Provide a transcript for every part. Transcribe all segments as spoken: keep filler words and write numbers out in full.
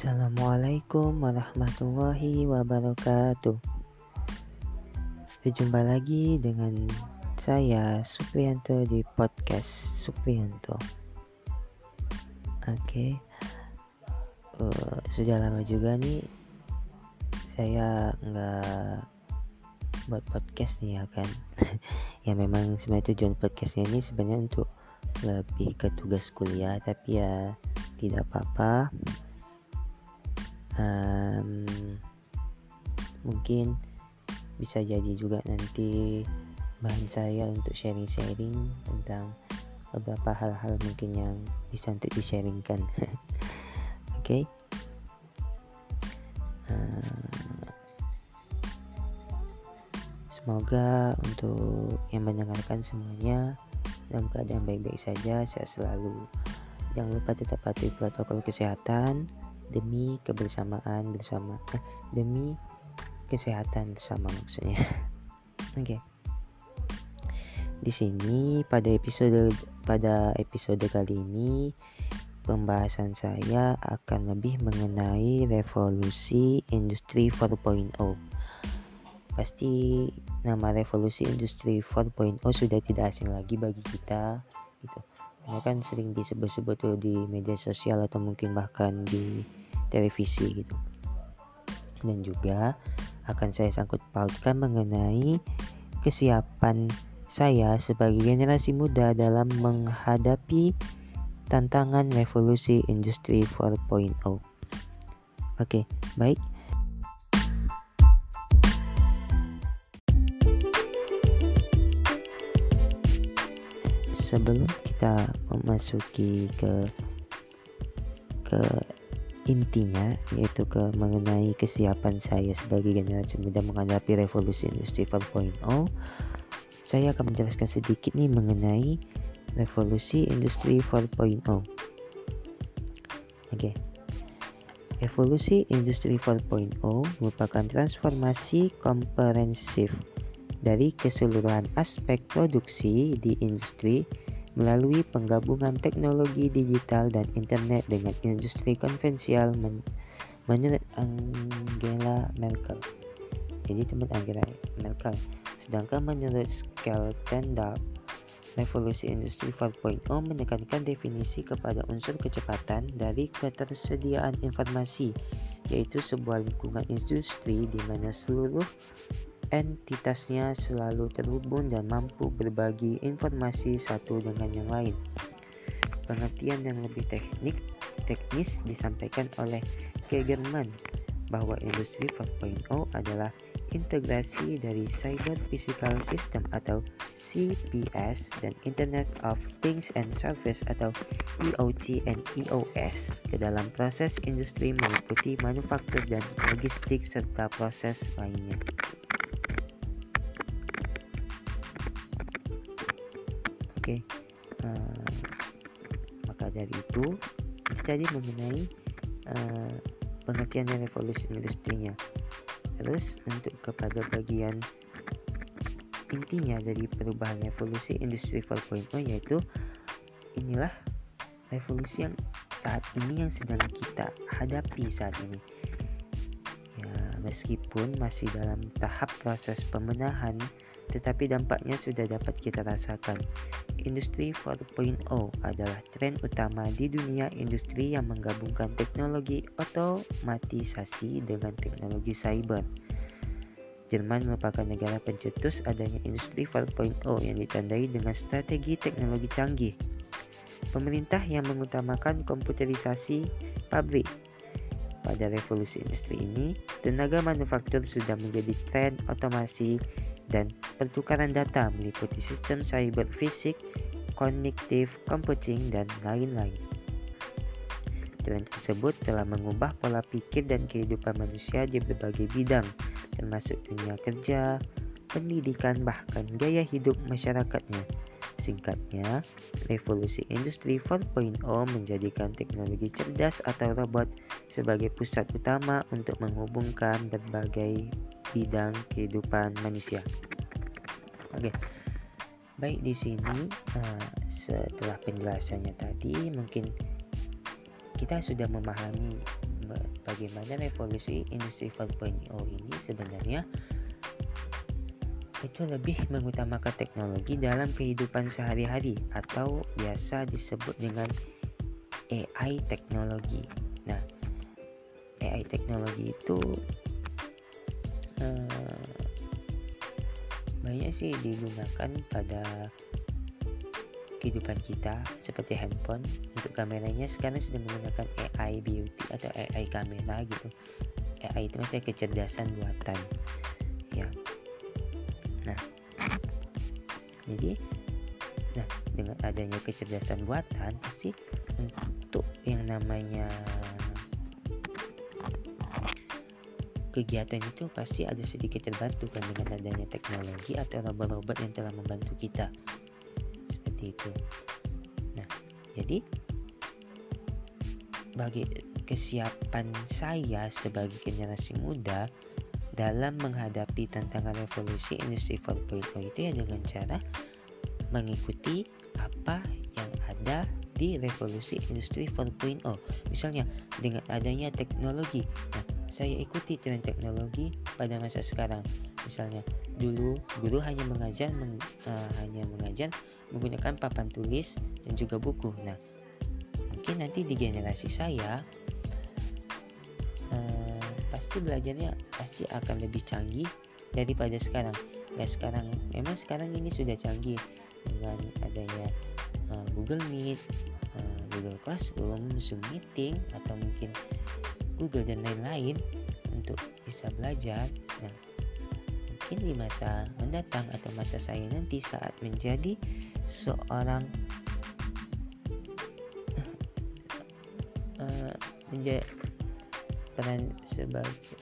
Assalamualaikum warahmatullahi wabarakatuh. Berjumpa lagi dengan saya Supriyanto di podcast Supriyanto. Oke, uh, sudah lama juga nih saya nggak buat podcast nih ya kan. Ya memang sebenarnya tujuan podcastnya ini sebenarnya untuk lebih ke tugas kuliah, tapi ya tidak apa-apa. Um, mungkin bisa jadi juga nanti bahan saya untuk sharing-sharing tentang beberapa hal-hal mungkin yang bisa untuk di-sharingkan. Oke, okay? uh, semoga untuk yang mendengarkan semuanya dalam keadaan baik-baik saja, sehat selalu. Jangan lupa tetap patuhi protokol kesehatan demi kebersamaan bersama eh, demi kesehatan bersama maksudnya. Oke. Okay. Di sini pada episode pada episode kali ini pembahasan saya akan lebih mengenai revolusi industri empat titik nol. Pasti nama revolusi industri empat titik nol sudah tidak asing lagi bagi kita gitu. Karena kan sering disebut-sebut tuh di media sosial atau mungkin bahkan di televisi gitu. Dan juga akan saya sangkut pautkan mengenai kesiapan saya sebagai generasi muda dalam menghadapi tantangan revolusi industri empat titik nol. Oke, baik. Sebelum kita memasuki ke ke intinya, yaitu ke mengenai kesiapan saya sebagai generasi muda menghadapi revolusi industri empat titik nol, saya akan menjelaskan sedikit nih mengenai revolusi industri empat titik nol. Oke. Revolusi industri empat titik nol merupakan transformasi komprehensif dari keseluruhan aspek produksi di industri melalui penggabungan teknologi digital dan internet dengan industri konvensional men- menurut Angela Merkel. Jadi teman Angela Merkel. Sedangkan menurut Skeltendal, revolusi industri empat titik nol menekankan definisi kepada unsur kecepatan dari ketersediaan informasi, yaitu sebuah lingkungan industri di mana seluruh entitasnya selalu terhubung dan mampu berbagi informasi satu dengan yang lain. Pengertian yang lebih teknik, teknis disampaikan oleh Kagerman bahwa industri empat titik nol adalah integrasi dari Cyber Physical System atau C P S dan Internet of Things and Service atau I O T and I O S ke dalam proses industri meliputi manufaktur dan logistik serta proses lainnya. Oke, okay. uh, maka dari itu itu tadi mengenai uh, pengertian dan revolusi industrinya. Terus untuk kepada bagian intinya dari perubahan revolusi industri empat titik nol, yaitu inilah revolusi yang saat ini yang sedang kita hadapi saat ini. Ya, meskipun masih dalam tahap proses pemenahan, tetapi dampaknya sudah dapat kita rasakan. Industri empat titik nol adalah tren utama di dunia industri yang menggabungkan teknologi otomatisasi dengan teknologi cyber. Jerman merupakan negara pencetus adanya industri empat titik nol yang ditandai dengan strategi teknologi canggih. Pemerintah yang mengutamakan komputerisasi pabrik. Pada revolusi industri ini, tenaga manufaktur sudah menjadi tren otomasi dan pertukaran data meliputi sistem cyber fisik, cognitive computing, dan lain-lain. Tren tersebut telah mengubah pola pikir dan kehidupan manusia di berbagai bidang, termasuk dunia kerja, pendidikan, bahkan gaya hidup masyarakatnya. Singkatnya, revolusi industri empat titik nol menjadikan teknologi cerdas atau robot sebagai pusat utama untuk menghubungkan berbagai bidang kehidupan manusia. Oke, baik di sini uh, setelah penjelasannya tadi mungkin kita sudah memahami bagaimana revolusi industri empat titik nol ini sebenarnya itu lebih mengutamakan teknologi dalam kehidupan sehari-hari atau biasa disebut dengan A I teknologi. Nah, A I teknologi itu eh, banyak sih digunakan pada kehidupan kita seperti handphone. Untuk kameranya sekarang sudah menggunakan A I beauty atau A I kamera gitu. A I itu maksudnya kecerdasan buatan ya. Nah, jadi nah dengan adanya kecerdasan buatan pasti untuk yang namanya kegiatan itu pasti ada sedikit terbantu kan dengan adanya teknologi atau robot-robot yang telah membantu kita seperti itu. Nah, jadi bagi kesiapan saya sebagai generasi muda dalam menghadapi tantangan revolusi industri empat titik nol itu ya dengan cara mengikuti apa yang ada di revolusi industri empat titik nol. Misalnya dengan adanya teknologi. Nah, saya ikuti tren teknologi pada masa sekarang. Misalnya dulu guru hanya mengajar meng, uh, hanya mengajar menggunakan papan tulis dan juga buku. Nah, mungkin nanti di generasi saya uh, pasti belajarnya pasti akan lebih canggih daripada sekarang. Ya sekarang memang sekarang ini sudah canggih dengan adanya uh, Google Meet, uh, Google Classroom, Zoom Meeting atau mungkin Google dan lain-lain untuk bisa belajar. Nah, mungkin di masa mendatang atau masa saya nanti saat menjadi seorang uh, menjadi peran sebagai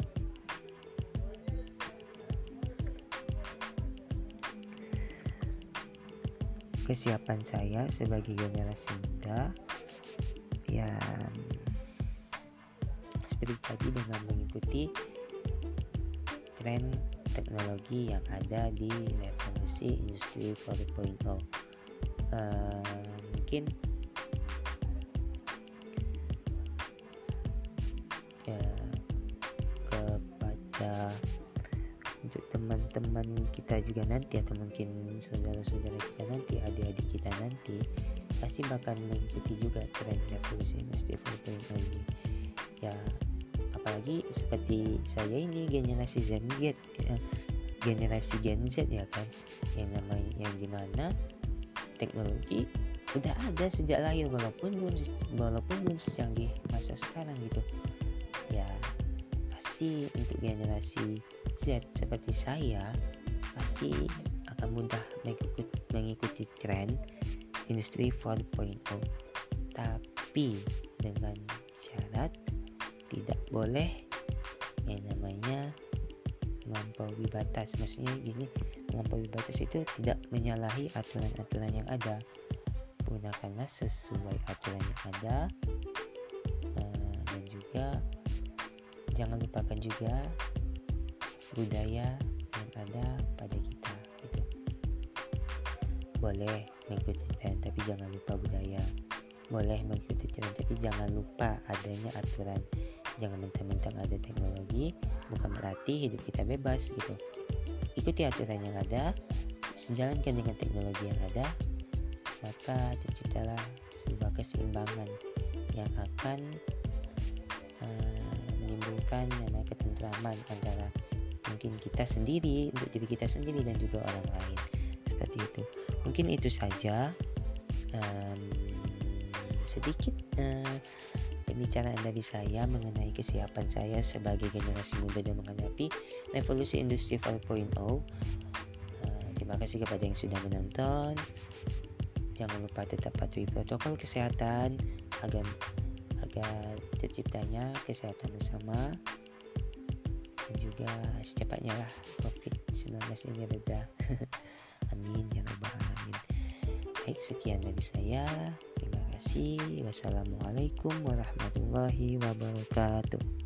kesiapan saya sebagai generasi muda ya seperti tadi dengan mengikuti tren teknologi yang ada di revolusi industri empat titik nol. Uh, mungkin ya kepada untuk teman-teman kita juga nanti atau mungkin saudara-saudara kita nanti, adik-adik kita nanti pasti bakal mengikuti juga tren revolusi industri empat titik nol ini. Ya apalagi seperti saya ini generasi Z, ya, generasi Gen Z ya kan, yang namanya yang dimana teknologi udah ada sejak lahir walaupun belum walaupun belum secanggih masa sekarang gitu. Ya pasti untuk generasi Z seperti saya pasti akan mudah mengikuti, mengikuti tren industri empat titik nol, tapi dengan syarat tidak boleh yang namanya melampaui batas. Maksudnya gini, melampaui batas itu tidak menyalahi aturan-aturan yang ada, gunakanlah sesuai aturan yang ada, uh, dan juga jangan lupakan juga budaya yang ada pada kita gitu. Boleh mengikuti tren tapi jangan lupa budaya, boleh mengikuti tren tapi jangan lupa adanya aturan. Jangan mentang-mentang ada teknologi bukan berarti hidup kita bebas gitu. Ikuti aturan yang ada, sejalankan dengan teknologi yang ada, maka terciptalah sebuah keseimbangan yang akan uh, menimbulkan namanya ketentraman antara mungkin kita sendiri, untuk diri kita sendiri dan juga orang lain. Seperti itu. Mungkin itu saja um, sedikit uh, pembicaraan dari saya mengenai kesiapan saya sebagai generasi muda dalam menghadapi revolusi industri empat titik nol. Uh, terima kasih kepada yang sudah menonton. Jangan lupa tetap patuhi protokol kesehatan agar agar terciptanya kesehatan bersama, dan juga secepatnya lah covid sembilan belas ini reda. Amin ya rabbal alamin. Baik, sekian dari saya. Terima kasih. Wassalamualaikum warahmatullahi wabarakatuh.